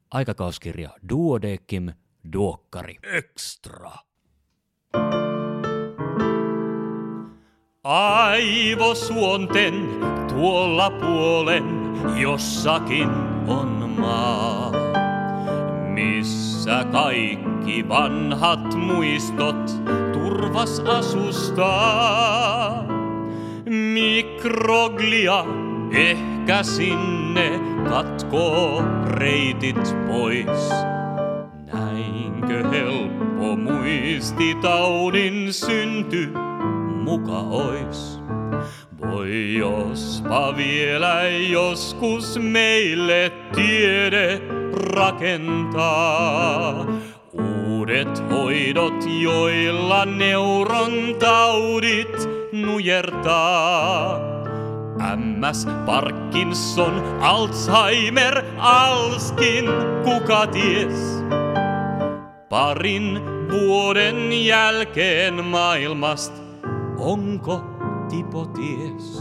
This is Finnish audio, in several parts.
Aikakauskirja Duodecim Duokkari Extra. Aivosuonten tuolla puolen jossakin on maa, missä kaikki vanhat muistot turvas asustaa. Mikroglia ehkä sinne katkoo reitit pois. Näinkö helppo muistitaudin synty muka ois? Voi jospa vielä joskus meille tiede rakentaa uudet hoidot, joilla neuron taudit nujertaa. MS, Parkinson, Alzheimer, Alskin, kuka ties? Parin vuoden jälkeen maailmasta onko Tipo ties?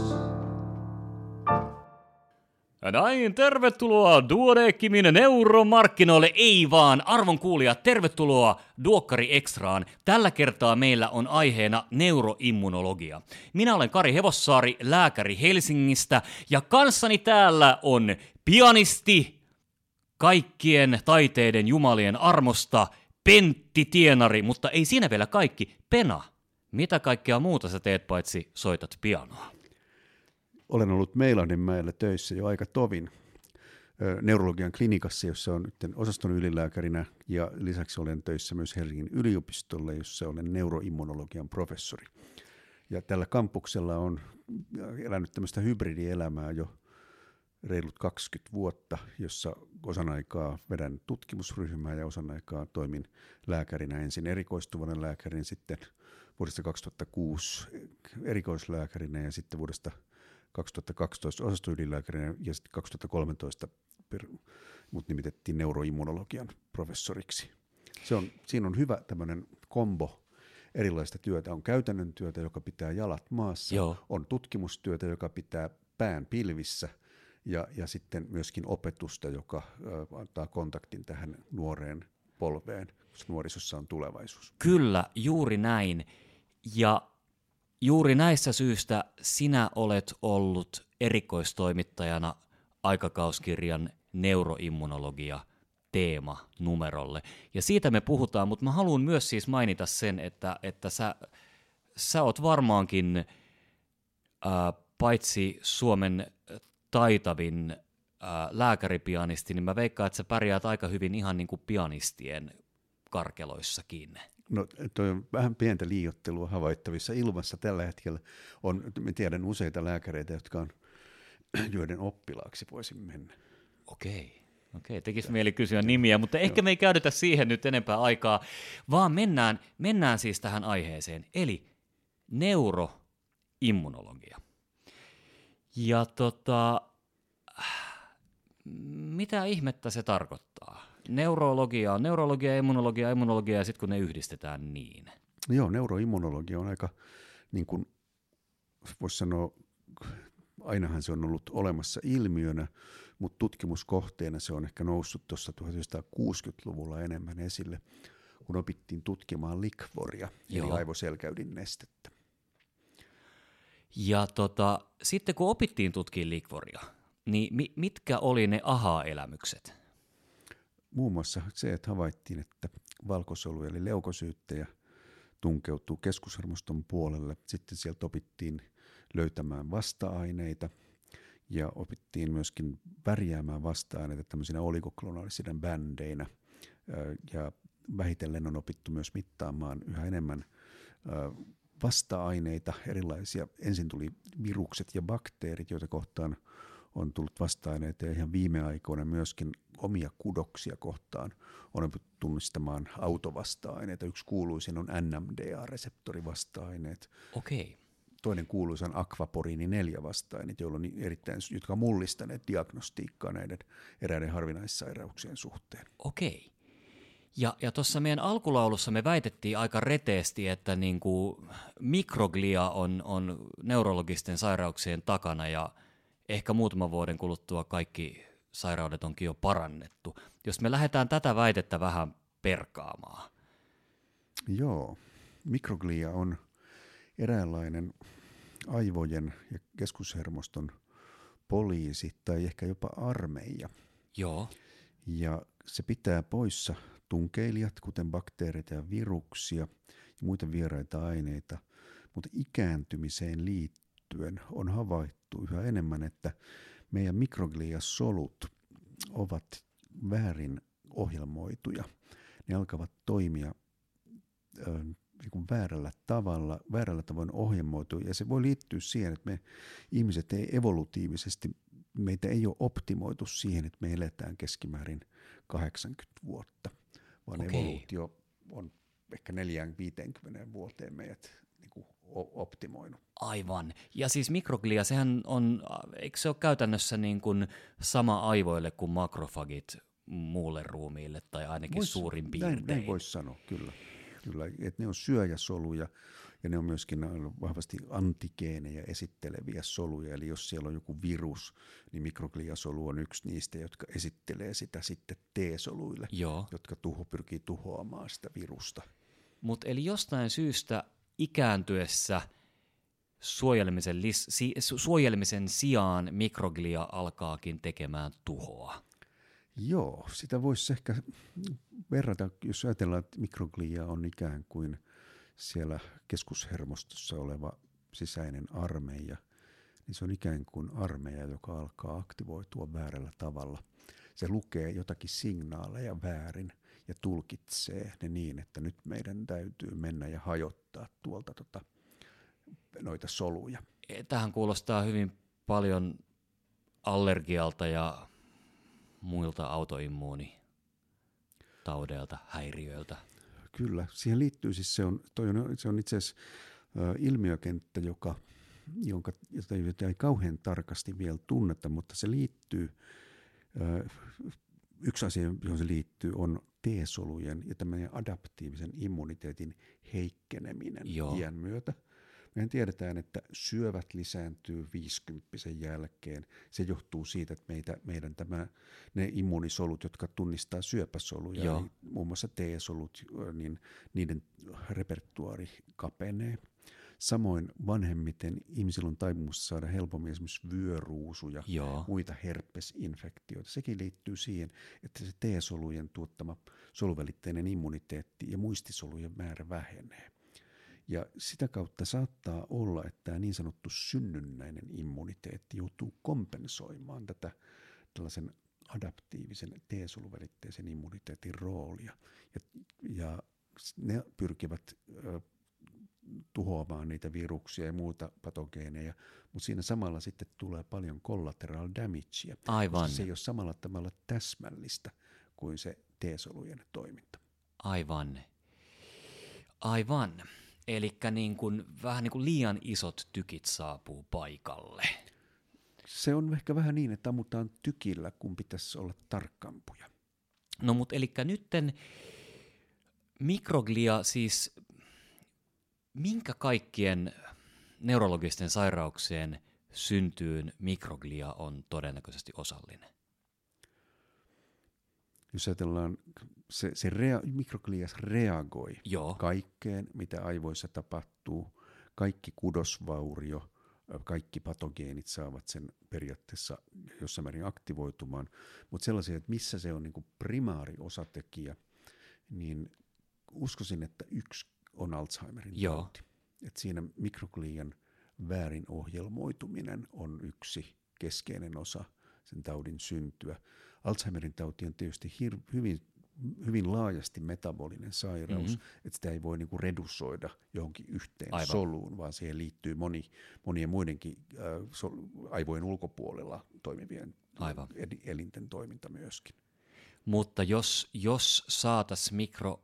Ja näin, tervetuloa Duodecimin neuromarkkinoille, ei vaan, arvon kuulijat, tervetuloa Duokkari Extraan. Tällä kertaa meillä on aiheena neuroimmunologia. Minä olen Kari Hevossaari, lääkäri Helsingistä, ja kanssani täällä on pianisti, kaikkien taiteiden jumalien armosta, Pentti Tienari, mutta ei siinä vielä kaikki, Pena. Mitä kaikkea muuta sä teet paitsi soitat pianoa? Olen ollut Meilahdinmäellä töissä jo aika tovin neurologian klinikassa, jossa olen nyt osaston ylilääkärinä, ja lisäksi olen töissä myös Helsingin yliopistolla, jossa olen neuroimmunologian professori. Ja tällä kampuksella on elänyt tämmöistä hybridielämää jo reilut 20 vuotta, jossa osan aikaa vedän tutkimusryhmää ja osan aikaa toimin lääkärinä, ensin erikoistuvana lääkärin, sitten vuodesta 2006 erikoislääkärinä ja sitten vuodesta 2012 osastoylilääkärinä ja sitten 2013 mut nimitettiin neuroimmunologian professoriksi. Siinä on hyvä tämmöinen kombo erilaista työtä. On käytännön työtä, joka pitää jalat maassa. Joo. On tutkimustyötä, joka pitää pään pilvissä ja sitten myöskin opetusta, joka antaa kontaktin tähän nuoreen polveen, koska nuorisossa on tulevaisuus. Kyllä, juuri näin. Ja juuri näistä syistä sinä olet ollut erikoistoimittajana aikakauskirjan neuroimmunologia teemanumerolle. Ja siitä me puhutaan, mutta mä haluan myös siis mainita sen, että sä oot varmaankin paitsi Suomen taitavin lääkäripianisti, niin mä veikkaan, että sä pärjäät aika hyvin ihan niin kuin pianistien karkeloissakin. No toi on vähän pientä liioittelua havaittavissa ilmassa tällä hetkellä. Me tiedän useita lääkäreitä, joiden oppilaaksi voisin mennä. Okei. Tekisi mieli kysyä nimiä, mutta ehkä me ei käytetä siihen nyt enempää aikaa, vaan mennään siis tähän aiheeseen, eli neuroimmunologia. Ja mitä ihmettä se tarkoittaa? Neurologia, immunologia ja sitten kun ne yhdistetään niin. Joo, neuroimmunologia on aika, niin kuin voisi sanoa, ainahan se on ollut olemassa ilmiönä, mutta tutkimuskohteena se on ehkä noussut tuossa 1960-luvulla enemmän esille, kun opittiin tutkimaan likvoria, eli aivoselkäydin nestettä. Ja sitten kun opittiin tutkimaan likvoria, niin mitkä oli ne aha-elämykset? Muun muassa se, että havaittiin, että valkosolu eli leukosyyttejä tunkeutuu keskushermoston puolelle. Sitten sieltä opittiin löytämään vasta-aineita ja opittiin myöskin värjäämään vasta-aineita tämmöisinä oligoklonaalisina bändeinä. Ja vähitellen on opittu myös mittaamaan yhä enemmän vasta-aineita, erilaisia. Ensin tuli virukset ja bakteerit, joita kohtaan on tullut vasta-aineita, ja ihan viime aikoina myöskin omia kudoksia kohtaan on opittu tunnistamaan autovasta-aineita. Yksi kuuluisin on NMDA-reseptorivasta-aineet. Okei. Toinen kuuluisa on akvaporiini 4 vasta-aineet, jotka on mullistaneet diagnostiikkaa näiden eräiden harvinaissairauksien suhteen. Okei. Ja tuossa meidän alkulaulussa me väitettiin aika reteesti, että niinku mikroglia on neurologisten sairauksien takana ja ehkä muutaman vuoden kuluttua kaikki sairaudet onkin jo parannettu. Jos me lähdetään tätä väitettä vähän perkaamaan. Joo, mikroglia on eräänlainen aivojen ja keskushermoston poliisi tai ehkä jopa armeija. Joo. Ja se pitää poissa tunkeilijat, kuten bakteereita ja viruksia ja muita vieraita aineita, mutta ikääntymiseen liittyen on havaittu yhä enemmän, että meidän mikrogliasolut ovat väärin ohjelmoituja. Ne alkavat toimia niin kuin väärällä tavoin ohjelmoitu, ja se voi liittyä siihen, että me ihmiset ei evolutiivisesti, meitä ei ole optimoitu siihen, että me eletään keskimäärin 80 vuotta, vaan evoluutio on ehkä 4-50 vuoteen meidät niin kuin optimoinut. Aivan. Ja siis mikroglia, sehän on, eikö se ole käytännössä niin kuin sama aivoille kuin makrofagit muulle ruumiille, tai ainakin suurin piirtein? Näin voisi sanoa, kyllä. Että ne on syöjäsoluja ja ne on myöskin vahvasti antigeenejä esitteleviä soluja. Eli jos siellä on joku virus, niin mikrogliasolu on yksi niistä, jotka esittelee sitä sitten T-soluille, jotka pyrkii tuhoamaan sitä virusta. Mutta eli jostain syystä ikääntyessä suojelmisen sijaan mikroglia alkaakin tekemään tuhoa. Joo, sitä voisi ehkä verrata, jos ajatellaan, että mikroglia on ikään kuin siellä keskushermostossa oleva sisäinen armeija, niin se on ikään kuin armeija, joka alkaa aktivoitua väärällä tavalla. Se lukee jotakin signaaleja väärin ja tulkitsee ne niin, että nyt meidän täytyy mennä ja hajottaa tuolta noita soluja. Tähän kuulostaa hyvin paljon allergialta ja muilta autoimmuunitaudeilta, häiriöiltä. Kyllä, siihen liittyy siis se on itse asiassa ilmiökenttä, jota ei kauhean tarkasti vielä tunneta, mutta se liittyy, yksi asia, johon se liittyy, on T-solujen ja tämmöinen adaptiivisen immuniteetin heikkeneminen iän myötä. Mehän tiedetään, että syövät lisääntyy 50 jälkeen. Se johtuu siitä, että ne immunisolut, jotka tunnistaa syöpäsoluja, niin muun muassa T-solut, niin niiden repertuaari kapenee. Samoin vanhemmiten ihmisillä on taipumus saada helpommin esimerkiksi vyöruusuja, muita herpesinfektioita. Sekin liittyy siihen, että se T-solujen tuottama soluvälitteinen immuniteetti ja muistisolujen määrä vähenee. Ja sitä kautta saattaa olla, että tämä niin sanottu synnynnäinen immuniteetti joutuu kompensoimaan tätä tällaisen adaptiivisen T-soluvälitteisen immuniteetin roolia. Ja ne pyrkivät tuhoamaan niitä viruksia ja muuta patogeeneja, mutta siinä samalla sitten tulee paljon collateral damagea. Aivan. Se ei ole samalla tavalla täsmällistä kuin se T-solujen toiminta. Aivan. Elikkä vähän niin kuin liian isot tykit saapuu paikalle. Se on ehkä vähän niin, että ammutaan tykillä, kun pitäisi olla tarkkampuja. No mutta elikkä nytten mikroglia siis, minkä kaikkien neurologisten sairauksien syntyyn mikroglia on todennäköisesti osallinen? Jos ajatellaan, mikroglias reagoi kaikkeen, mitä aivoissa tapahtuu, kaikki kudosvaurio, kaikki patogeenit saavat sen periaatteessa jossain määrin aktivoitumaan, mutta sellaisia, että missä se on niin kuin primaariosatekijä, niin uskoisin, että yksi on Alzheimerin tauti. Että siinä mikroglian väärin ohjelmoituminen on yksi keskeinen osa sen taudin syntyä. Alzheimerin tauti on tietysti hyvin laajasti metabolinen sairaus, että sitä ei voi niinku redusoida johonkin yhteen soluun, vaan siihen liittyy monien muidenkin aivojen ulkopuolella toimivien elinten toiminta myöskin. Mutta jos saataisiin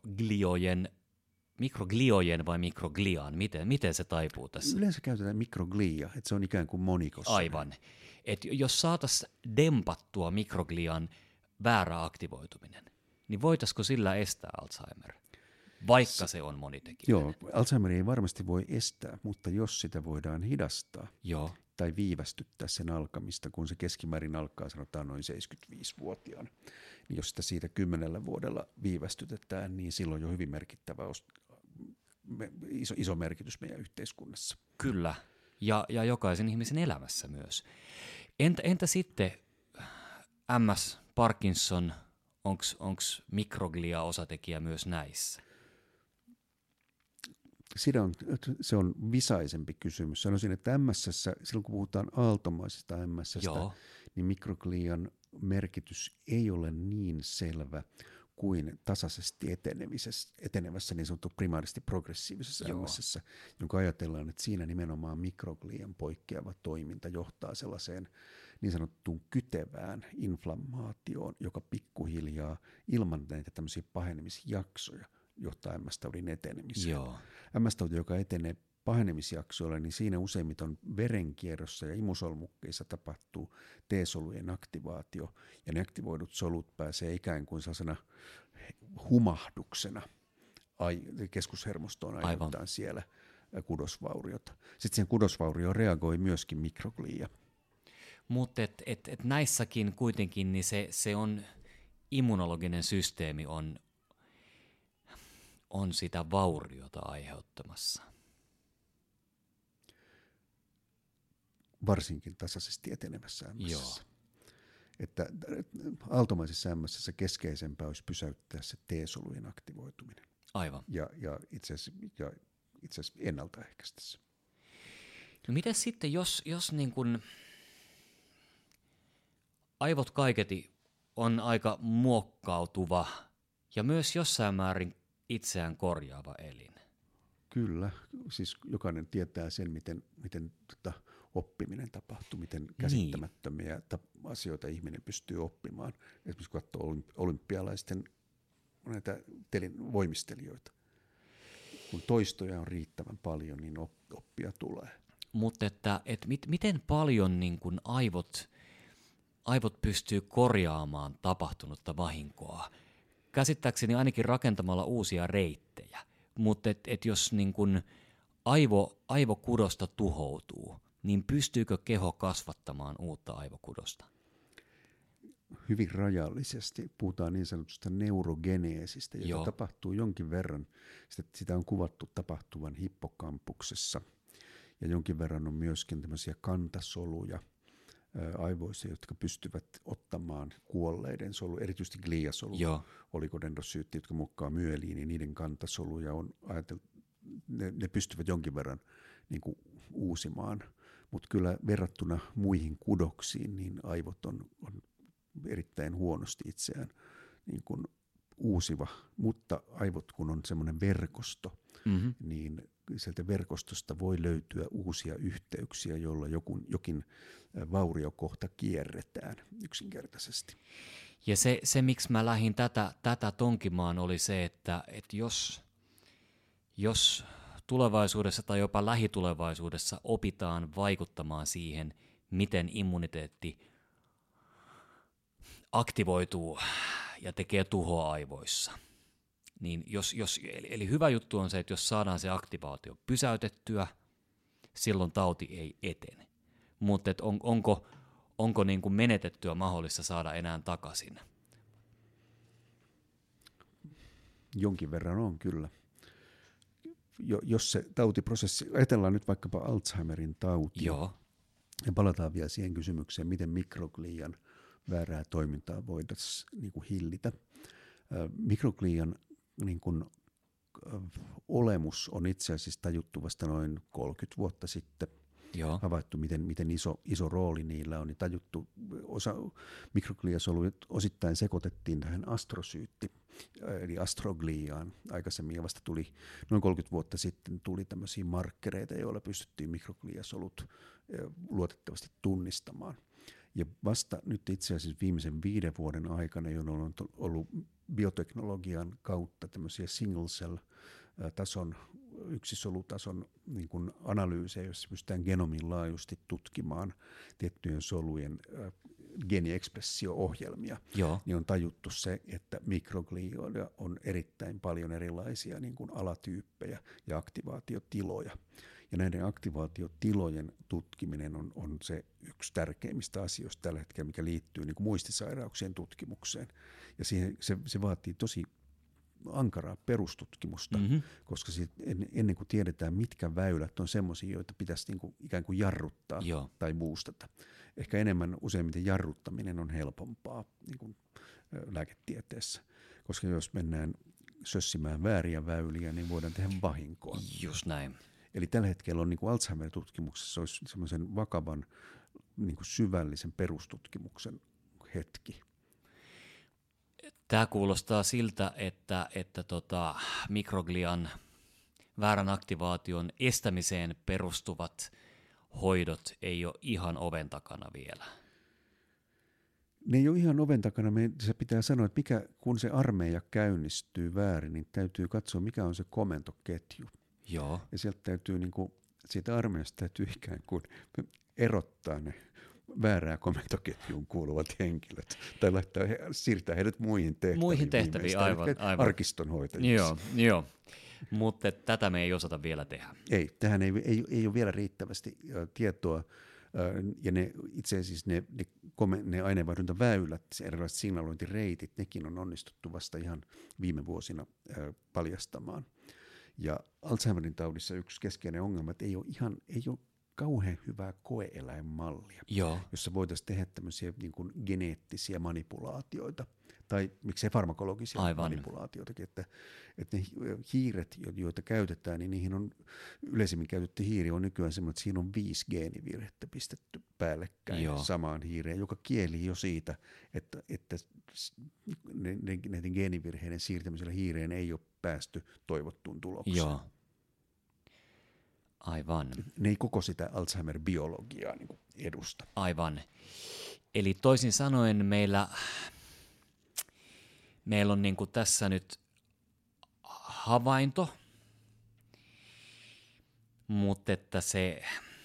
mikrogliojen vai mikrogliaan, miten se taipuu tässä? Yleensä käytetään mikroglia, että se on ikään kuin monikossa. Aivan. Et jos saataisiin dempattua mikroglian väärä aktivoituminen, niin voitaisiko sillä estää Alzheimer? vaikka se on monitekijäinen. Joo, Alzheimer ei varmasti voi estää, mutta jos sitä voidaan hidastaa Joo. tai viivästyttää sen alkamista, kun se keskimäärin alkaa sanotaan noin 75-vuotiaana, niin jos sitä siitä 10 vuodella viivästytetään, niin silloin jo hyvin merkittävä iso merkitys meidän yhteiskunnassa. Kyllä, ja jokaisen ihmisen elämässä myös. Entä sitten MS, Parkinson, onko mikroglia-osatekijä myös näissä? Se on visaisempi kysymys. Sanoisin, että MS:ssä, silloin kun puhutaan aaltomaisesta MS:stä, niin mikroglian merkitys ei ole niin selvä kuin tasaisesti etenevässä niin sanottu primaarisesti progressiivisessa MS:ssä, jonka ajatellaan, että siinä nimenomaan mikroglian poikkeava toiminta johtaa sellaiseen niin sanottuun kytevään inflammaatioon, joka pikkuhiljaa ilman näitä tämmöisiä pahenemisjaksoja johtaa MS-taudin etenemiseen. MS-tauti, joka etenee pahenemisjaksoilla, niin siinä useimmiten verenkierrossa ja imusolmukkeissa tapahtuu T-solujen aktivaatio, ja ne aktivoidut solut pääsee ikään kuin sellaisena humahduksena keskushermostoon aiheuttaa siellä kudosvauriota. Sitten siihen kudosvaurioon reagoi myöskin mikroglia. Mutta et näissäkin kuitenkin niin se on immunologinen systeemi on sitä vauriota aiheuttamassa. Varsinkin tasaisesti etenevässä MS:ssä. Että aaltomaisessa MS:ssä keskeisempää olisi pysäyttää se T-solujen aktivoituminen. Aivan. Ja itse asiassa ennaltaehkäistä se. No miten sitten, jos niin kun aivot kaiketi on aika muokkautuva ja myös jossain määrin itseään korjaava elin? Kyllä, siis jokainen tietää sen, miten oppiminen tapahtuu, miten käsittämättömiä asioita ihminen pystyy oppimaan. Esimerkiksi kun katsoo olympialaisten näitä voimistelijoita. Kun toistoja on riittävän paljon, niin oppia tulee. Mutta miten paljon niin kun aivot pystyy korjaamaan tapahtunutta vahinkoa? Käsittääkseni ainakin rakentamalla uusia reittejä, mutta jos niin kun aivokudosta tuhoutuu, niin pystyykö keho kasvattamaan uutta aivokudosta? Hyvin rajallisesti. Puhutaan niin sanotusta neurogeneesistä, joka tapahtuu jonkin verran. Sitä on kuvattu tapahtuvan hippokampuksessa. Ja jonkin verran on myöskin tämmöisiä kantasoluja aivoissa, jotka pystyvät ottamaan kuolleiden solu, erityisesti gliasolu, oligodendrosyytti, jotka muokkaa myeliin, niin niiden kantasoluja on ajateltu, ne pystyvät jonkin verran niin kuin uusimaan. Mutta kyllä verrattuna muihin kudoksiin, niin aivot on erittäin huonosti itseään niin kuin uusiva. Mutta aivot, kun on semmoinen verkosto, niin sieltä verkostosta voi löytyä uusia yhteyksiä, joilla jokin vauriokohta kierretään yksinkertaisesti. Ja se miksi mä lähdin tätä tonkimaan, oli se, että jos tulevaisuudessa tai jopa lähitulevaisuudessa opitaan vaikuttamaan siihen, miten immuniteetti aktivoituu ja tekee tuhoa aivoissa, niin eli hyvä juttu on se, että jos saadaan se aktivaatio pysäytettyä, silloin tauti ei etene. Mutta onko niin kuin menetettyä mahdollista saada enää takaisin? Jonkin verran on kyllä. Jos se tautiprosessi, ajatellaan nyt vaikkapa Alzheimerin tautia, ja palataan vielä siihen kysymykseen, miten mikroglian väärää toimintaa voitaisiin niin kuin hillitä. Mikroglian niin kuin olemus on itse asiassa tajuttu vasta noin 30 vuotta sitten. Havaittu, miten iso rooli niillä on, niin tajuttu osa mikrogliasoluja osittain sekoitettiin tähän astrosyytti, eli astrogliaan. Aikaisemmin vasta tuli, noin 30 vuotta sitten tuli tämmöisiä markkereita, joilla pystyttiin mikrogliasolut luotettavasti tunnistamaan. Ja vasta nyt itse asiassa viimeisen 5 vuoden aikana, jolloin on ollut bioteknologian kautta tämmöisiä single cell tason, yksisolutason niin kuin analyysejä, joissa pystytään genomin laajuisesti tutkimaan tiettyjen solujen geeniekspressio-ohjelmia, Joo. niin on tajuttu se, että mikroglioilla on erittäin paljon erilaisia niin kuin alatyyppejä ja aktivaatiotiloja. Ja näiden aktivaatiotilojen tutkiminen on se yksi tärkeimmistä asioista tällä hetkellä, mikä liittyy niin kuin muistisairauksien tutkimukseen. Ja se vaatii tosi ankaraa perustutkimusta, koska ennen kuin tiedetään, mitkä väylät on semmoisia, joita pitäisi niin kuin ikään kuin jarruttaa tai boostata. Ehkä useimmiten jarruttaminen on helpompaa niin kuin lääketieteessä, koska jos mennään sössimään vääriä väyliä, niin voidaan tehdä vahinkoa. Just näin. Eli tällä hetkellä on niin kuin Alzheimer-tutkimuksessa olisi semmoisen vakavan niin kuin syvällisen perustutkimuksen hetki. Tämä kuulostaa siltä, että mikroglian väärän aktivaation estämiseen perustuvat hoidot ei ole ihan oven takana vielä. Ne ei ole ihan oven takana. Se pitää sanoa, että kun se armeija käynnistyy väärin, niin täytyy katsoa, mikä on se komentoketju. Joo. Ja sieltä täytyy, siitä armeijasta täytyy ikään kuin erottaa ne väärää komentoketjuun kuuluvat henkilöt tai siirtää heidät muihin tehtäviin aivan. Arkistonhoitajiksi. Joo. Mutta tätä me ei osata vielä tehdä. Ei, tähän ei ole vielä riittävästi tietoa. Ja itse asiassa ne aineenvaihduntaväylät, erilaiset signalointireitit, nekin on onnistuttu vasta ihan viime vuosina paljastamaan. Ja Alzheimerin taudissa yksi keskeinen ongelma, että ei ole kauhean hyvää koe-eläinmallia, jossa voitaisiin tehdä tämmöisiä niin kuin geneettisiä manipulaatioita, tai miksei farmakologisia manipulaatioitakin, että ne hiiret, joita käytetään, niin niihin on yleisimmin käytetty hiiri on nykyään semmoinen, että siinä on 5 geenivirhettä pistetty päällekkäin samaan hiireen, joka kielii jo siitä, että näiden geenivirheiden siirtämisellä hiireen ei ole päästy toivottuun tulokseen. Joo. Aivan. Ne ei koko sitä Alzheimer-biologiaa niin kuin edusta. Aivan. Eli toisin sanoen meillä on niin kuin tässä nyt havainto, mutta että se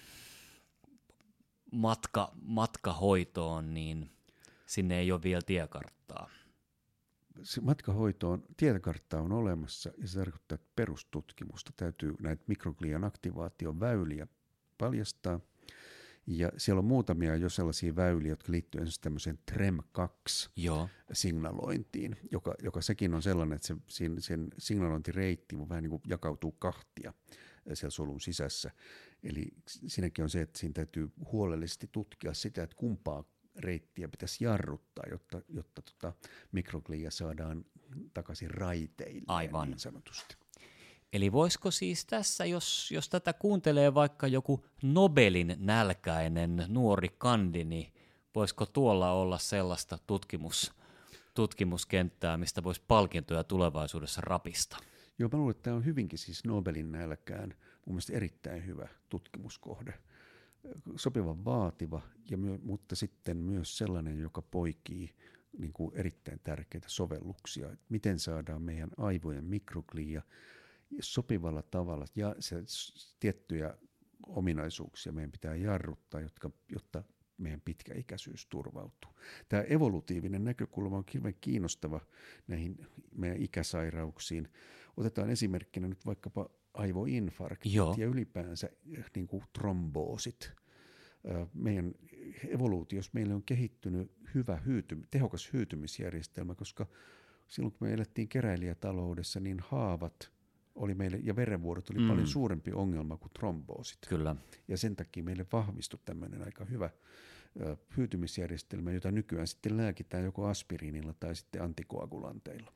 matka hoitoon, niin sinne ei ole vielä tiekarttaa. Se matkahoitoon tiekartta on olemassa ja se tarkoittaa, että perustutkimusta täytyy näitä mikroglian aktivaation väyliä paljastaa. Ja siellä on muutamia jo sellaisia väyliä, jotka liittyvät esimerkiksi tämmöiseen TREM2-signalointiin, joka sekin on sellainen, että sen signalointireitti vähän niin kuin jakautuu kahtia siellä solun sisässä. Eli siinäkin on se, että siinä täytyy huolellisesti tutkia sitä, että kumpaa reittiä pitäisi jarruttaa, jotta mikroglia saadaan takaisin raiteille. Aivan. Niin sanotusti. Eli voisiko siis tässä, jos tätä kuuntelee vaikka joku Nobelin nälkäinen nuori kandi, niin voisiko tuolla olla sellaista tutkimuskenttää, mistä voisi palkintoja tulevaisuudessa rapista? Joo, mä luulen, että tämä on hyvinkin siis Nobelin nälkään mun mielestä erittäin hyvä tutkimuskohde. Sopivan vaativa, mutta sitten myös sellainen, joka poikii niin kuin erittäin tärkeitä sovelluksia. Että miten saadaan meidän aivojen mikroglia sopivalla tavalla, ja tiettyjä ominaisuuksia meidän pitää jarruttaa, jotta meidän pitkäikäisyys turvautuu. Tämä evolutiivinen näkökulma on hirveän kiinnostava näihin meidän ikäsairauksiin. Otetaan esimerkkinä nyt vaikkapa aivoinfarktit ja ylipäänsä niin kuin tromboosit. Meidän evoluutiossa meille on kehittynyt hyvä tehokas hyytymisjärjestelmä, koska silloin kun me elettiin keräilijätaloudessa, niin haavat oli meille, ja verenvuodot oli paljon suurempi ongelma kuin tromboosit. Kyllä. Ja sen takia meille vahvistui tämmöinen aika hyvä hyytymisjärjestelmä, jota nykyään sitten lääkitään joko aspiriinilla tai sitten antikoagulanteilla.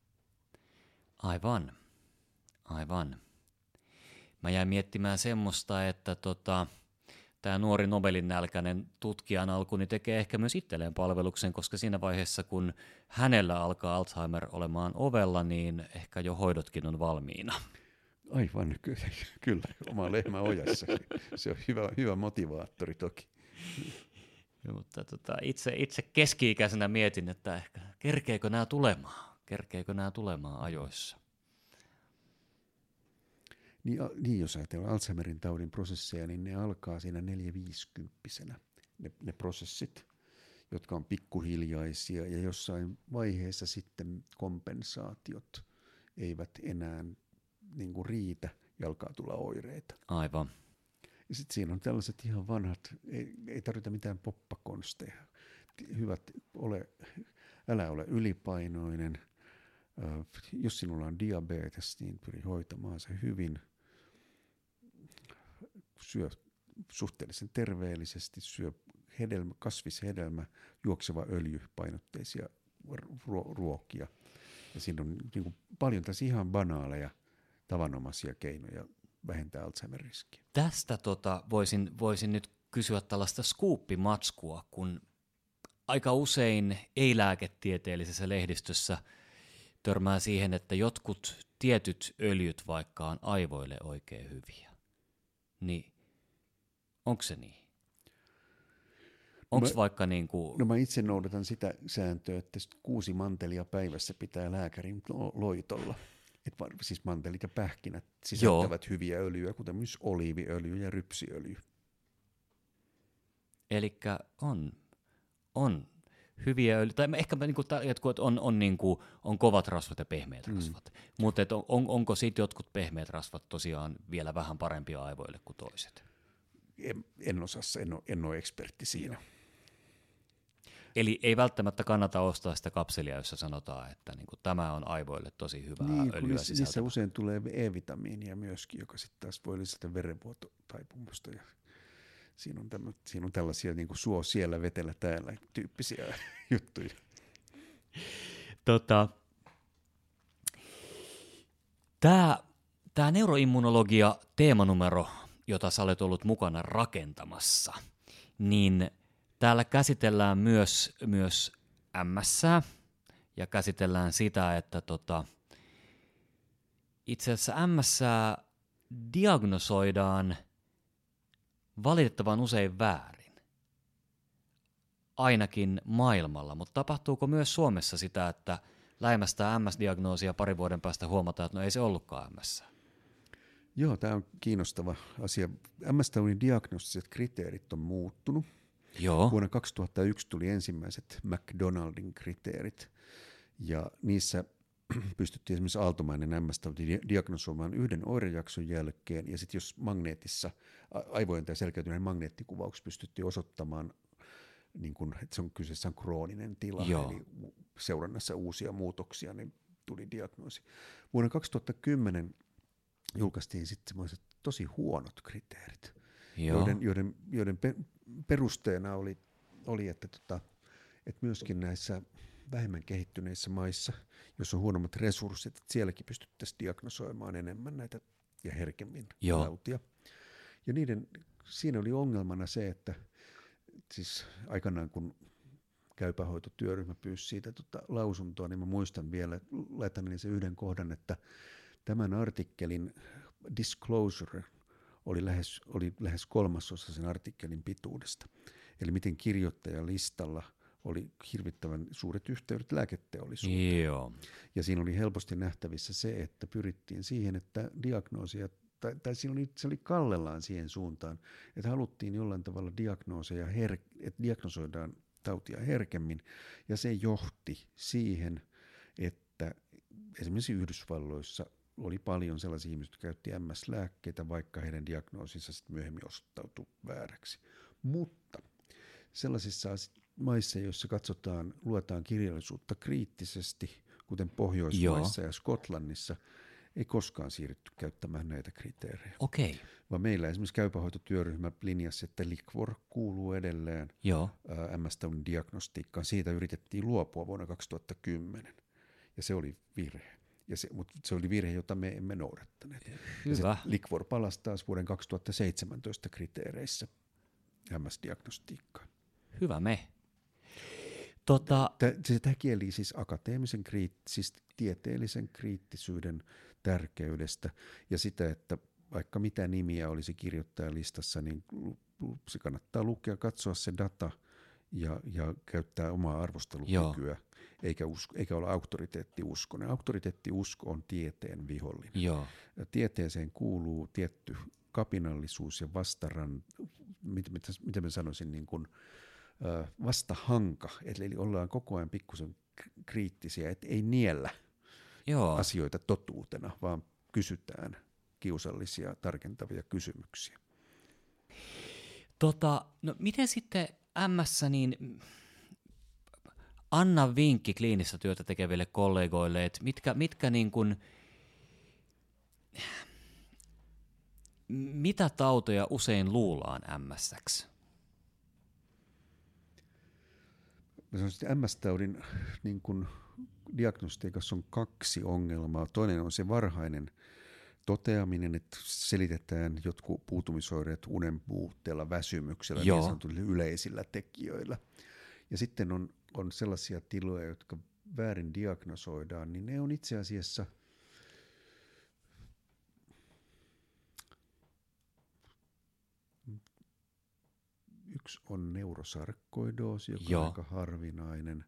Aivan. Mä jäin miettimään semmoista, että tämä nuori Nobelin nälkäinen tutkijan alku niin tekee ehkä myös itselleen palveluksen, koska siinä vaiheessa, kun hänellä alkaa Alzheimer olemaan ovella, niin ehkä jo hoidotkin on valmiina. Aivan, kyllä, oma lehmä ojassa. Se on hyvä motivaattori toki. Mutta itse keski-ikäisenä mietin, että ehkä kerkeekö nämä tulemaan ajoissa. Niin, jos ajatellaan Alzheimerin taudin prosesseja, niin ne alkaa siinä 4-50-vuotiaana, ne prosessit. jotka on pikkuhiljaisia ja jossain vaiheessa sitten kompensaatiot eivät enää niin kuin riitä ja alkaa tulla oireita. Aivan. Ja sitten siinä on tällaiset ihan vanhat, ei tarvita mitään poppakonsteja. Hyvät, älä ole ylipainoinen. Jos sinulla on diabetes, niin pyri hoitamaan se hyvin. Syö suhteellisen terveellisesti, syö kasvishedelmä, juokseva öljypainotteisia ruokia. Ja siinä on niin kuin paljon tässä ihan banaaleja, tavanomaisia keinoja vähentää Alzheimer-riskiä. Tästä voisin nyt kysyä tällaista skuuppimatskua, kun aika usein ei-lääketieteellisessä lehdistössä törmää siihen, että jotkut tietyt öljyt vaikka on aivoille oikein hyviä. Niin, onko se niin? Onko vaikka niin kuin... No mä itse noudatan sitä sääntöä, että 6 mantelia päivässä pitää lääkärin loitolla. Siis mantelit ja pähkinät sisältävät hyviä öljyjä, kuten myös oliiviöljy ja rypsiöljy. Elikkä on hyviä öljyjä, tai ehkä jotkut on kovat rasvat ja pehmeät rasvat, mutta onko sitten jotkut pehmeät rasvat tosiaan vielä vähän parempia aivoille kuin toiset? En osaa, en ole ekspertti siinä. Eli ei välttämättä kannata ostaa sitä kapselia, jossa sanotaan, että niin kuin tämä on aivoille tosi hyvää öljyä sisältävä. Niissä usein tulee E-vitamiinia myöskin, joka sitten taas voi lisätä verenvuototaipumusta. Ja siinä on tällaisia niin kuin suo siellä, vetellä täällä tyyppisiä juttuja. Tämä neuroimmunologia teemanumero, jota sä olet ollut mukana rakentamassa, niin täällä käsitellään myös MS:ää ja käsitellään sitä, että itse asiassa MS:ää diagnosoidaan valitettavan usein väärin, ainakin maailmalla, mutta tapahtuuko myös Suomessa sitä, että läimästään MS-diagnoosia parin vuoden päästä huomataan, että no ei se ollutkaan MS? Joo, tämä on kiinnostava asia. MS-taudin diagnostiset kriteerit on muuttunut. Joo. Vuonna 2001 tuli ensimmäiset McDonaldin kriteerit, ja niissä pystyttiin esimerkiksi aaltomainen MS-tauti diagnosoimaan 1 oirejakson jälkeen, ja sitten jos magneetissa, aivojen tai selkäytyneen magneettikuvauksessa pystyttiin osoittamaan, niin kun, että se on kyseessä on krooninen tila, Joo. eli seurannassa uusia muutoksia, niin tuli diagnoosi. Vuonna 2010 julkaistiin sitten semmoiset tosi huonot kriteerit, joiden perusteena oli että myöskin näissä vähemmän kehittyneissä maissa, joissa on huonommat resurssit, että sielläkin pystyttäisiin diagnosoimaan enemmän näitä ja herkemmin tautia. Ja siinä oli ongelmana se, että siis aikanaan kun käypähoitotyöryhmä pyysi siitä lausuntoa, niin mä muistan vielä, laitan sen yhden kohdan, että tämän artikkelin disclosure oli lähes 1/3 sen artikkelin pituudesta. Eli miten kirjoittajan listalla oli hirvittävän suuret yhteydet lääketeollisuuteen. Joo. Ja siinä oli helposti nähtävissä se, että pyrittiin siihen, että diagnoosia, tai se oli kallellaan siihen suuntaan, että haluttiin jollain tavalla diagnooseja, että diagnosoidaan tautia herkemmin, ja se johti siihen, että esimerkiksi Yhdysvalloissa oli paljon sellaisia ihmisiä, jotka käytti MS-lääkkeitä, vaikka heidän diagnoosinsa sitten myöhemmin osoittautui vääräksi. Mutta sellaisissa maissa, joissa luetaan kirjallisuutta kriittisesti, kuten Pohjoismaissa ja Skotlannissa, ei koskaan siirrytty käyttämään näitä kriteerejä. Okei. Vaan meillä esimerkiksi käypähoitotyöryhmä linjasi, että Liquor kuuluu edelleen MS-taudin diagnostiikkaan. Siitä yritettiin luopua vuonna 2010, ja se oli virhe. Mutta se oli virhe, jota me emme noudattaneet. Hyvä. Liquor palasi taas vuoden 2017 kriteereissä MS-diagnostiikkaan. Hyvä me. Tämä kieli siis akateemisen siis tieteellisen kriittisyyden tärkeydestä ja sitä, että vaikka mitä nimiä olisi kirjoittajalistassa, niin se kannattaa lukea, katsoa se data ja käyttää omaa arvostelukykyä, eikä olla auktoriteettiuskonen. Auktoriteettiusko on tieteen vihollinen. Joo. Ja tieteeseen kuuluu tietty kapinallisuus ja miten mä sanoisin, niin kuin vastahanka, eli ollaan koko ajan pikkusen kriittisiä, että ei niellä Joo. asioita totuutena, vaan kysytään kiusallisia, tarkentavia kysymyksiä. No miten sitten M:ssä, niin anna vinkki kliinistä työtä tekeville kollegoille, että mitkä niin kuin, mitä tautoja usein luullaan MS:ksi? Mä sanoisin, että MS-taudin niin kuin diagnostiikassa on 2 ongelmaa. Toinen on se varhainen toteaminen, että selitetään jotkut puutumisoireet unen puutteella, väsymyksellä, niin sanotuilla yleisillä tekijöillä. Ja sitten on sellaisia tiloja, jotka väärin diagnosoidaan, niin ne on itse asiassa yksi on neurosarkoidoosi, joka on aika harvinainen.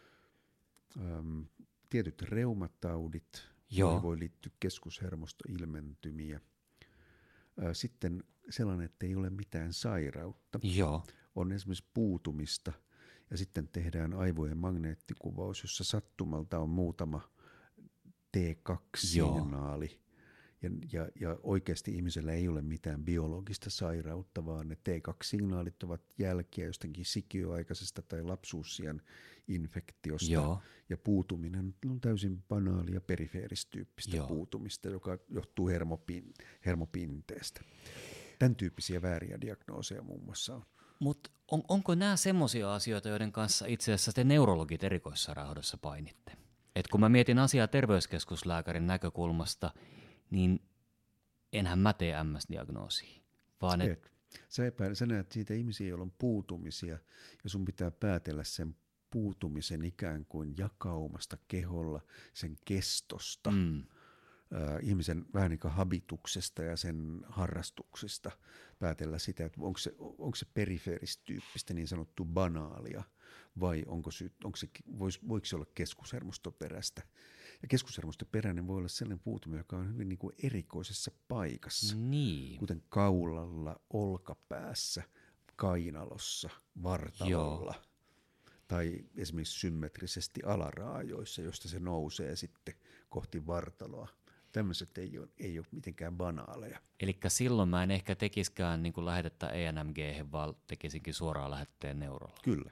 Tietyt reumataudit, joihin voi liittyä keskushermostoilmentymiä. Sitten sellainen, että ei ole mitään sairautta. On esimerkiksi puutumista ja sitten tehdään aivojen magneettikuvaus, jossa sattumalta on muutama T2-signaali. Ja oikeasti ihmisellä ei ole mitään biologista sairautta, vaan ne T2-signaalit ovat jälkiä jostakin sikiöaikaisesta tai lapsuusiän infektiosta. Ja puutuminen on täysin banaalia perifeeristyyppistä puutumista, joka johtuu hermopinteestä. Tämän tyyppisiä vääriä diagnooseja muun muassa on. Mutta onko nämä semmoisia asioita, joiden kanssa itse asiassa te neurologit erikoissairaanhoidossa painitte? Et kun mä mietin asiaa terveyskeskuslääkärin näkökulmasta, niin enhän mä tee MS-diagnoosia. Vaan Sä näet siitä ihmisiä, joilla on puutumisia, ja sun pitää päätellä sen puutumisen ikään kuin jakaumasta keholla, sen kestosta, ihmisen vähän niin kuin habituksesta ja sen harrastuksista, päätellä sitä, että onko se perifeeristyyppistä niin sanottu banaalia, vai voiko se olla keskushermostoperäistä. Ja keskushermostoperäinen voi olla sellainen puutuminen, joka on hyvin niin kuin erikoisessa paikassa, kuten kaulalla, olkapäässä, kainalossa, vartalolla tai esimerkiksi symmetrisesti alaraajoissa, josta se nousee sitten kohti vartaloa. Tämmöiset ei ole mitenkään banaaleja. Eli silloin mä en ehkä tekisikään niin kuin lähetettä ENMG, vaan tekisinkin suoraan lähetteen neurologiin. Kyllä.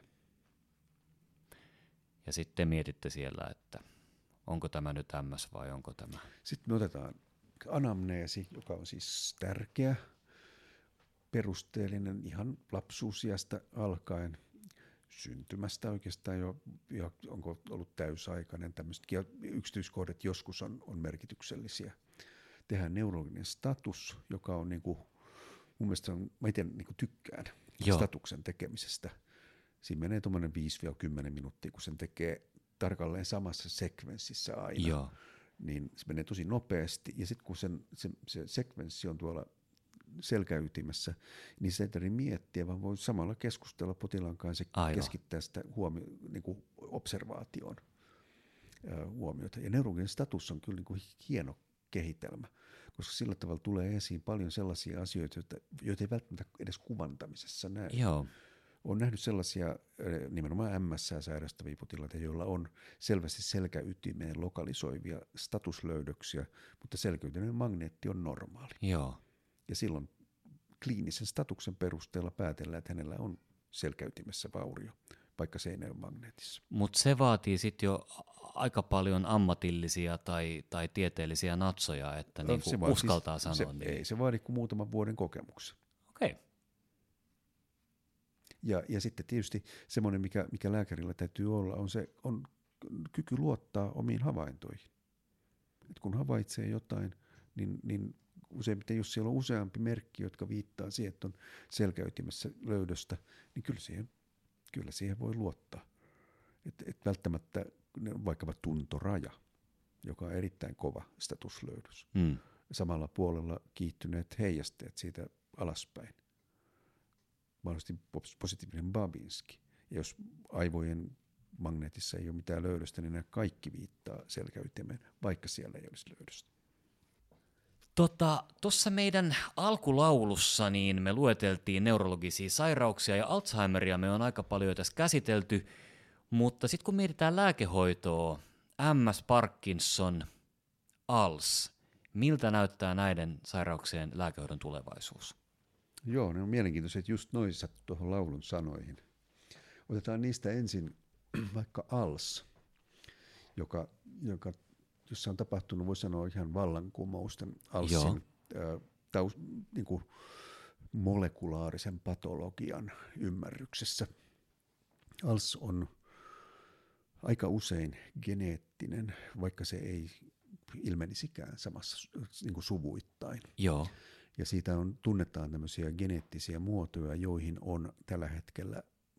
Ja sitten mietitte siellä, että onko tämä nyt MS vai onko tämä? Sitten me otetaan anamneesi, joka on siis tärkeä, perusteellinen ihan lapsuusiästä alkaen, syntymästä oikeastaan jo onko ollut täysaikainen. Tämmöisetkin yksityiskohdat joskus on merkityksellisiä. Tehdään neurologinen status, joka on niinku, mun mielestä mä itse niinku tykkään statuksen tekemisestä. Siinä menee tuommoinen 5-10 minuuttia, kun sen tekee tarkalleen samassa sekvenssissä aina. Niin se menee tosi nopeasti. Ja sitten kun se sekvenssi on tuolla selkäytimessä, niin se ei tarvitse miettiä, vaan voi samalla keskustella potilaan kanssa ja keskittää sitä niin observaatioon huomiota. Ja neurologinen status on kyllä niin kuin hieno kehitelmä, koska sillä tavalla tulee esiin paljon sellaisia asioita, joita ei välttämättä edes kuvantamisessa näy. Olen nähnyt sellaisia nimenomaan MS:ää sairastavia potilaita, joilla on selvästi selkäytimeen lokalisoivia statuslöydöksiä, mutta selkäytimen magneetti on normaali. Ja silloin kliinisen statuksen perusteella päätellään, että hänellä on selkäytimessä vaurio, vaikka se ei näy magneetissa. Mutta se vaatii sitten jo aika paljon ammatillisia tai tieteellisiä natsoja, että niinku uskaltaa sanoa niin. Ei se vaadi kuin muutaman vuoden kokemuksen. Okei. Ja sitten tietysti semmoinen, mikä lääkärillä täytyy olla, on kyky luottaa omiin havaintoihin. Et kun havaitsee jotain, niin useimmiten, jos siellä on useampi merkki, jotka viittaa siihen, että on selkäytimessä löydöstä, niin kyllä siihen voi luottaa. Et välttämättä vaikkapa tuntoraja, joka on erittäin kova statuslöydös. Samalla puolella kiihtyneet heijasteet siitä alaspäin. Mahdollisesti positiivinen Babinski. Ja jos aivojen magneetissa ei ole mitään löydöstä, niin nämä kaikki viittaa selkäytimeen, vaikka siellä ei olisi löydöstä. Tuossa meidän alkulaulussa niin me lueteltiin neurologisia sairauksia ja Alzheimeria me on aika paljon jo tässä käsitelty, mutta sitten kun mietitään lääkehoitoa, MS, Parkinson, ALS, miltä näyttää näiden sairauksien lääkehoidon tulevaisuus? Joo, ne on mielenkiintoisia, että just noin sattu tuohon laulun sanoihin. Otetaan niistä ensin vaikka ALS, jossa on tapahtunut, voi sanoa ihan vallankumousten ALSin niin kuin molekulaarisen patologian ymmärryksessä. ALS on aika usein geneettinen, vaikka se ei ilmenisikään samassa niin kuin suvuittain. Joo. Ja siitä tunnetaan tämmöisiä geneettisiä muotoja, joihin on tällä hetkellä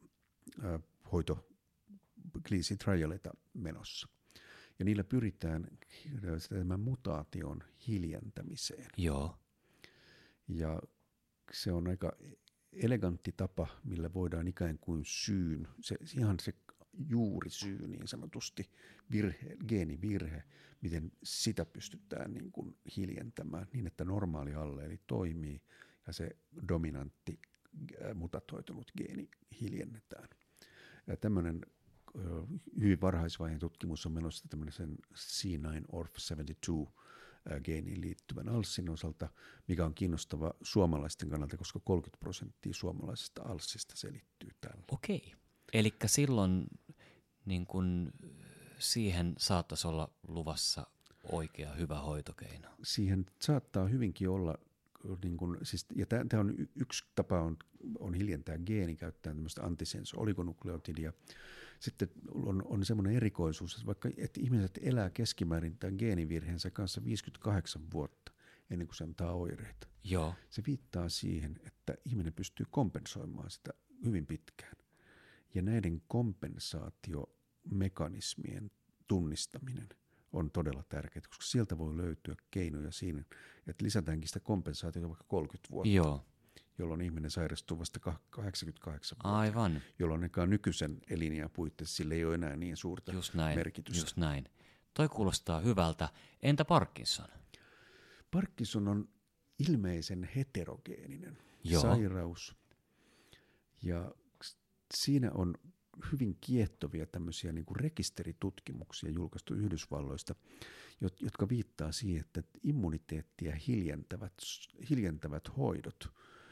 kliinisiä trialeita menossa. Ja niillä pyritään tämän mutaation hiljentämiseen. Joo. Ja se on aika elegantti tapa, millä voidaan ikään kuin ihan se juurisyy niin sanotusti, geenivirhe, miten sitä pystytään niin kuin hiljentämään niin, että normaali alleeli toimii ja se dominantti mutatoitunut geeni hiljennetään. Ja tämmöinen hyvin varhaisvaiheen tutkimus on menossa tämmöisen C9orf72 geeniin liittyvän ALSin osalta, mikä on kiinnostava suomalaisten kannalta, koska 30% suomalaisesta ALSista selittyy tällä. Okei. Eli silloin niin kun siihen saattaisi olla luvassa oikea hyvä hoitokeino. Siihen saattaa hyvinkin olla, niin kun, siis, ja tämä on yksi tapa on hiljentää geeni käyttäen tämmöistä antisenso-oligonukleotidia. Sitten on semmoinen erikoisuus, että vaikka että ihmiset elää keskimäärin tämän geenivirheensä kanssa 58 vuotta ennen kuin se antaa oireita. Joo. Se viittaa siihen, että ihminen pystyy kompensoimaan sitä hyvin pitkään. Ja näiden kompensaatiomekanismien tunnistaminen on todella tärkeää, koska sieltä voi löytyä keinoja siinä, että lisätäänkin sitä kompensaatiota vaikka 30 vuotta, Joo. jolloin ihminen sairastuu vasta 88 vuotta. Aivan. Jolloin nykyisen eliniän puitteissa sillä ei ole enää niin suurta merkitystä. Just näin. Toi kuulostaa hyvältä. Entä Parkinson? Parkinson on ilmeisen heterogeeninen sairaus. Ja siinä on hyvin kiehtovia tämmöisiä niin kuin rekisteritutkimuksia julkaistu Yhdysvalloista, jotka viittaa siihen, että immuniteettia hiljentävät hoidot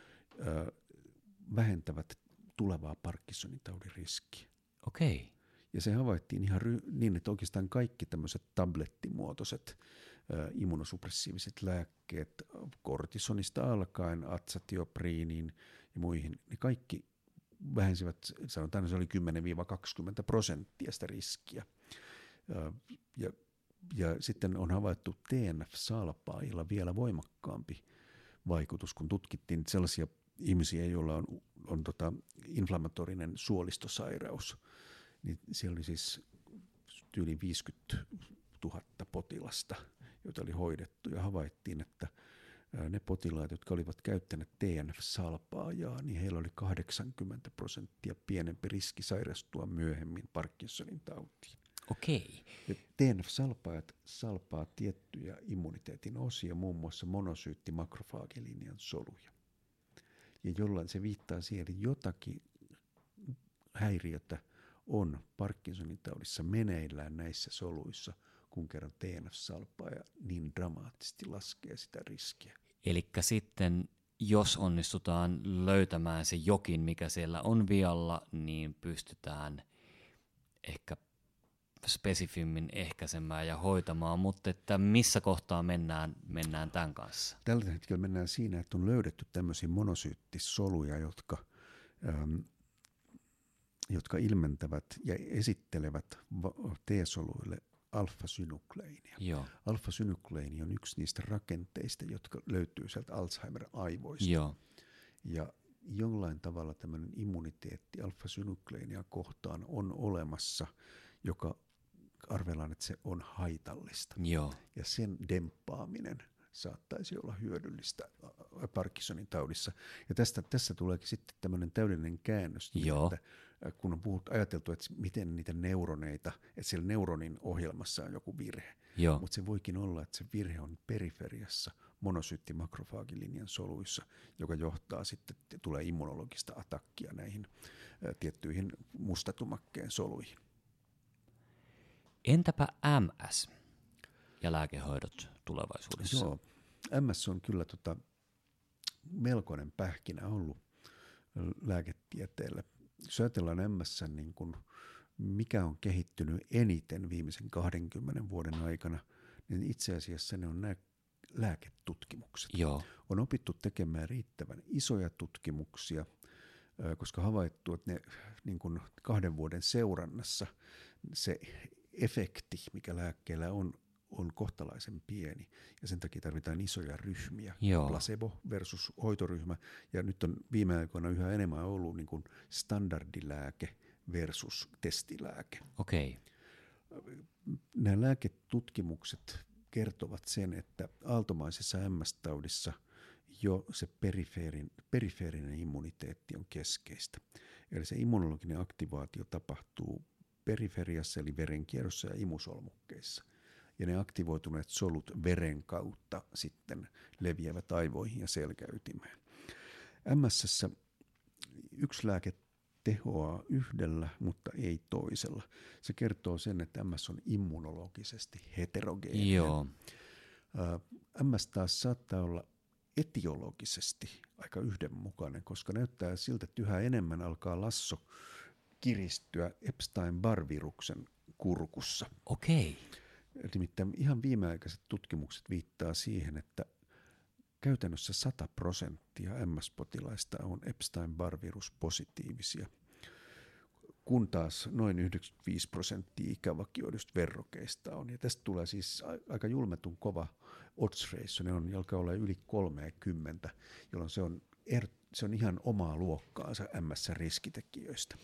vähentävät tulevaa Parkinsonin taudin riskiä. Okei. Ja se havaittiin ihan niin, että oikeastaan kaikki tämmöiset tablettimuotoiset immunosuppressiiviset lääkkeet, kortisonista alkaen, atsatiopriiniin ja muihin, niin kaikki vähensivät, sanotaan, se oli 10-20% sitä riskiä. Ja sitten on havaittu TNF-salpaajilla vielä voimakkaampi vaikutus, kun tutkittiin sellaisia ihmisiä, joilla on inflammatorinen suolistosairaus. Niin siellä oli siis yli 50 000 potilasta, joita oli hoidettu, ja havaittiin, että ne potilaat, jotka olivat käyttäneet TNF-salpaajaa, niin heillä oli 80% pienempi riski sairastua myöhemmin Parkinsonin tautiin. Okei. Ja TNF-salpaajat salpaa tiettyjä immuniteetin osia, muun muassa monosyytti-makrofaagilinjan soluja. Ja jollain se viittaa siihen, että jotakin häiriötä on Parkinsonin taudissa meneillään näissä soluissa, kun kerran TNF-salpaaja niin dramaattisesti laskee sitä riskiä. Elikkä sitten, jos onnistutaan löytämään se jokin, mikä siellä on vialla, niin pystytään ehkä spesifimmin ehkäisemään ja hoitamaan, mutta että missä kohtaa mennään tämän kanssa? Tällä hetkellä mennään siinä, että on löydetty tämmöisiä monosyyttissoluja, jotka ilmentävät ja esittelevät T-soluille alfa-synukleinia. Joo. Alfa-synukleini on yksi niistä rakenteista, jotka löytyy sieltä Alzheimer-aivoista. Joo. Ja jollain tavalla tämmöinen immuniteetti alfa-synukleinia kohtaan on olemassa, joka arvellaan, että se on haitallista. Joo. Ja sen demppaaminen saattaisi olla hyödyllistä Parkinsonin taudissa. Ja tässä tuleekin sitten tämmöinen täydellinen käännös, niin että kun on ajateltu, että miten niitä neuroneita, että siellä neuronin ohjelmassa on joku virhe. Mutta se voikin olla, että se virhe on periferiassa monosyyttimakrofaagilinjan soluissa, joka johtaa sitten, tulee immunologista atakkia näihin tiettyihin mustatumakkeen soluihin. Entäpä MS ja lääkehoidot tulevaisuudessa? Joo, MS on kyllä melkoinen pähkinä ollut lääketieteellä. Jos ajatellaan MS, niin kun, mikä on kehittynyt eniten viimeisen 20 vuoden aikana, niin itse asiassa ne on nämä lääketutkimukset. Joo. On opittu tekemään riittävän isoja tutkimuksia, koska havaittu, että ne niin kun 2 vuoden seurannassa se efekti, mikä lääkkeellä on kohtalaisen pieni, ja sen takia tarvitaan isoja ryhmiä, Joo. placebo versus hoitoryhmä, ja nyt on viime aikoina yhä enemmän ollut niin kuin standardilääke versus testilääke. Okei. Nämä lääketutkimukset kertovat sen, että aaltomaisessa MS-taudissa jo se perifeerinen immuniteetti on keskeistä. Eli se immunologinen aktivaatio tapahtuu periferiassa eli verenkierrossa ja imusolmukkeissa. Ja ne aktivoituneet solut veren kautta sitten leviävät aivoihin ja selkäytimeen. MS:ssä yksi lääke tehoaa yhdellä, mutta ei toisella. Se kertoo sen, että MS on immunologisesti heterogeeninen. Joo. MS taas saattaa olla etiologisesti aika yhdenmukainen, koska näyttää siltä, että yhä enemmän alkaa lasso kiristyä Epstein-Barr-viruksen kurkussa. Okei. Nimittäin ihan viimeaikaiset tutkimukset viittaa siihen, että käytännössä 100% MS-potilaista on Epstein-Barr-virus positiivisia, kun taas noin 95% ikävakioidusta verrokeista on. Ja tästä tulee siis aika julmetun kova odds ratio, ne alkaa olla yli 30, jolloin se on ihan omaa luokkaansa MS-riskitekijöistä.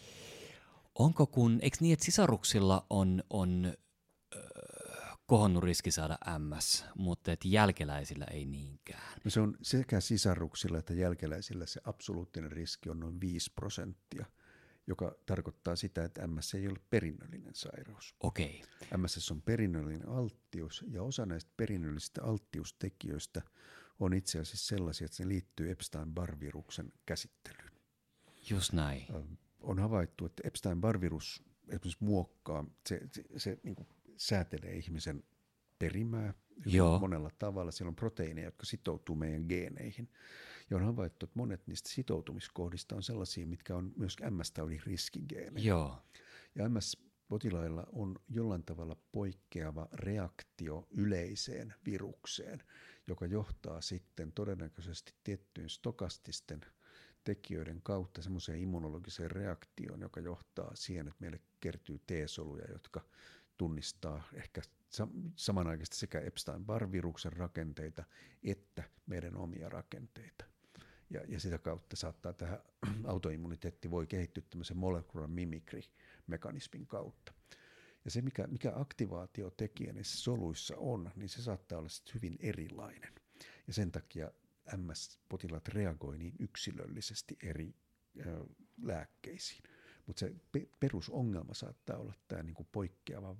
Eikö niin, että sisaruksilla on kohonnut riski saada MS, mutta että jälkeläisillä ei niinkään? No se on sekä sisaruksilla että jälkeläisillä se absoluuttinen riski on noin 5%, joka tarkoittaa sitä, että MS ei ole perinnöllinen sairaus. Okei. MS on perinnöllinen alttius, ja osa näistä perinnöllisistä alttiustekijöistä on itse asiassa sellaisia, että se liittyy Epstein-Barr-viruksen käsittelyyn. Just näin. On havaittu, että Epstein-Barr-virus esimerkiksi muokkaa, se niin kuin säätelee ihmisen perimää hyvin monella tavalla. Siellä on proteiineja, jotka sitoutuu meidän geeneihin. Ja on havaittu, että monet niistä sitoutumiskohdista on sellaisia, mitkä on myös MS-taudin riskigeenejä. Joo. Ja MS-potilailla on jollain tavalla poikkeava reaktio yleiseen virukseen, joka johtaa sitten todennäköisesti tiettyyn stokastisten tekijöiden kautta semmoiseen immunologiseen reaktioon, joka johtaa siihen, että meille kertyy T-soluja, jotka tunnistaa ehkä samanaikaisesti sekä Epstein-Barr-viruksen rakenteita että meidän omia rakenteita. Ja sitä kautta saattaa tähän autoimmuniteetti voi kehittyä tämmöisen molecular mimicry-mekanismin kautta. Ja se, mikä aktivaatiotekijä niissä soluissa on, niin se saattaa olla sitten hyvin erilainen. Ja sen takia MS-potilaat reagoi niin yksilöllisesti eri lääkkeisiin. Mutta se perusongelma saattaa olla tämä niinku poikkeava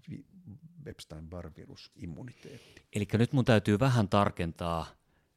Epstein-Barr-virusimmuniteetti. Eli nyt mun täytyy vähän tarkentaa,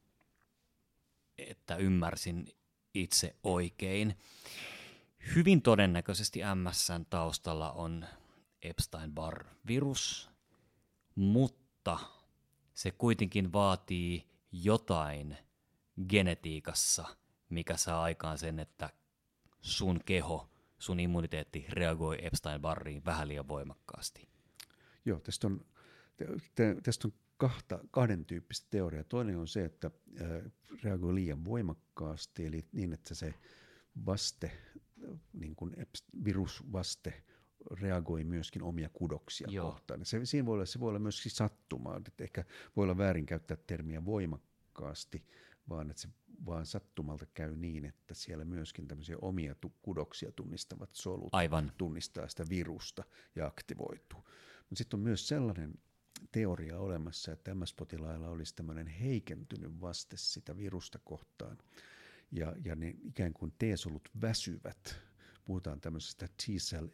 että ymmärsin itse oikein. Hyvin todennäköisesti MS:n taustalla on Epstein-Barr-virus, mutta se kuitenkin vaatii jotain genetiikassa, mikä saa aikaan sen, että sun keho, sun immuniteetti reagoi Epstein-Barriin vähän liian voimakkaasti. Joo, tästä on kahden tyyppistä teoriaa. Toinen on se, että reagoi liian voimakkaasti, eli niin, että se vaste, niin kuin virusvaste, reagoi myöskin omia kudoksia kohtaan. Se voi olla myöskin sattumaa, että ehkä voi olla väärin käyttää termiä voimakkaasti, vaan että se vaan sattumalta käy niin, että siellä myöskin tämmöisiä omia kudoksia tunnistavat solut tunnistaa sitä virusta ja aktivoituu. Mutta sitten on myös sellainen teoria olemassa, että MS-potilailla olisi tämmöinen heikentynyt vaste sitä virusta kohtaan, ja ne ikään kuin T-solut väsyvät. Puhutaan tämmöisestä T-cell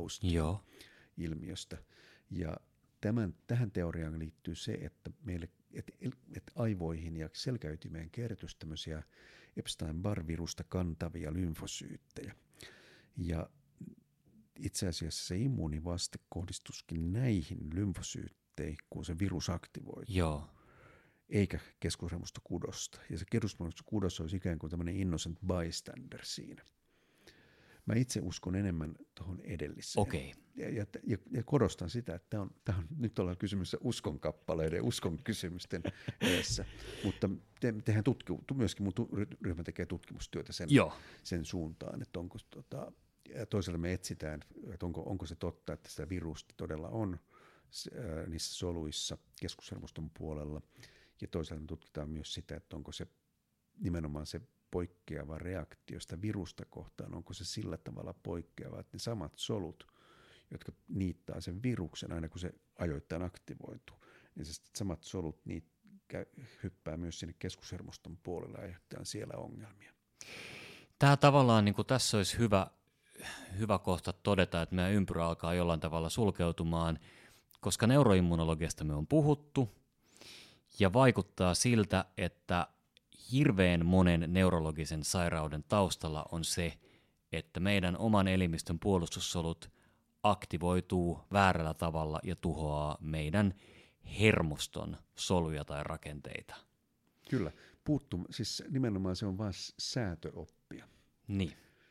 exhaustion-ilmiöstä. Ja tähän teoriaan liittyy se, että että aivoihin ja selkäytimeen kertyisi tämmöisiä Epstein-Barr-virusta kantavia lymfosyyttejä. Ja itse asiassa se immuunivaste kohdistuskin näihin lymfosyytteihin, kun se virus aktivoituu. Joo. Eikä keskushermostokudosta. Ja se keskushermostokudos olisi ikään kuin tämmöinen innocent bystander siinä. Mä itse uskon enemmän tuohon edelliseen. Okei. Ja korostan sitä, että nyt ollaan kysymys uskon kappaleiden, uskon kysymysten edessä. Mutta tehdään myöskin mun ryhmä tekee tutkimustyötä sen suuntaan, että onko toisaalta me etsitään, että onko se totta, että sitä virusta todella on niissä soluissa keskushermoston puolella. Ja toisaalta me tutkitaan myös sitä, että onko se nimenomaan se poikkeava reaktio sitä virusta kohtaan, onko se sillä tavalla poikkeava, että ne samat solut, jotka niittää sen viruksen aina kun se ajoittain aktivoituu, niin se samat solut hyppää myös sinne keskushermoston puolelle ja aiheuttaa siellä ongelmia. Tämä tavallaan, niin kuin tässä olisi hyvä kohta todeta, että meidän ympyrä alkaa jollain tavalla sulkeutumaan, koska neuroimmunologiasta me on puhuttu ja vaikuttaa siltä, että hirveän monen neurologisen sairauden taustalla on se, että meidän oman elimistön puolustussolut aktivoituu väärällä tavalla ja tuhoaa meidän hermoston soluja tai rakenteita. Kyllä, siis nimenomaan se on vain säätöoppia. Niin.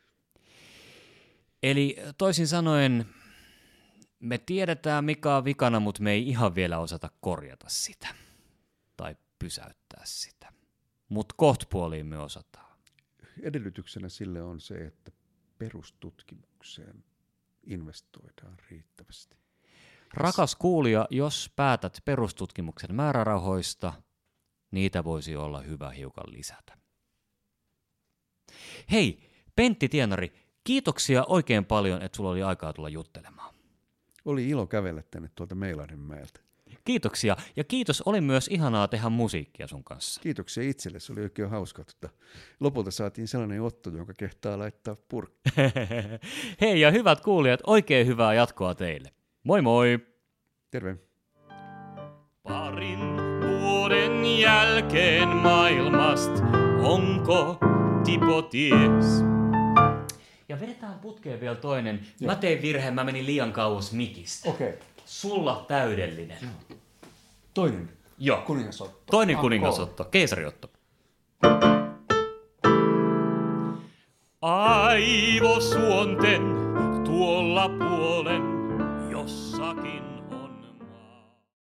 Eli toisin sanoen, me tiedetään mikä on vikana, mutta me ei ihan vielä osata korjata sitä tai pysäyttää sitä. Mutta kohtpuoliin me osataan. Edellytyksenä sille on se, että perustutkimukseen investoidaan riittävästi. Rakas kuulija, jos päätät perustutkimuksen määrärahoista, niitä voisi olla hyvä hiukan lisätä. Hei, Pentti Tienari, kiitoksia oikein paljon, että sulla oli aikaa tulla juttelemaan. Oli ilo kävellä tänne tuolta Meilahdenmäeltä. Kiitoksia, ja kiitos, oli myös ihanaa tehdä musiikkia sun kanssa. Kiitoksia itselle, se oli oikein hauska. Lopulta saatiin sellainen otto, jonka kehtaa laittaa purkki. Hei, ja hyvät kuulijat, oikein hyvää jatkoa teille. Moi moi! Terve! Parin vuoden jälkeen maailmasta, onko Tipo ties? Ja vedetään putkeen vielä toinen. Joo. Mä tein virheen, mä menin liian kauas mikistä. Okei. Sulla täydellinen. Joo. Toinen. Joo. Kuningasotto. Toinen kuningasotto. Keisariotto. Aivosuonten tuolla puolen jossakin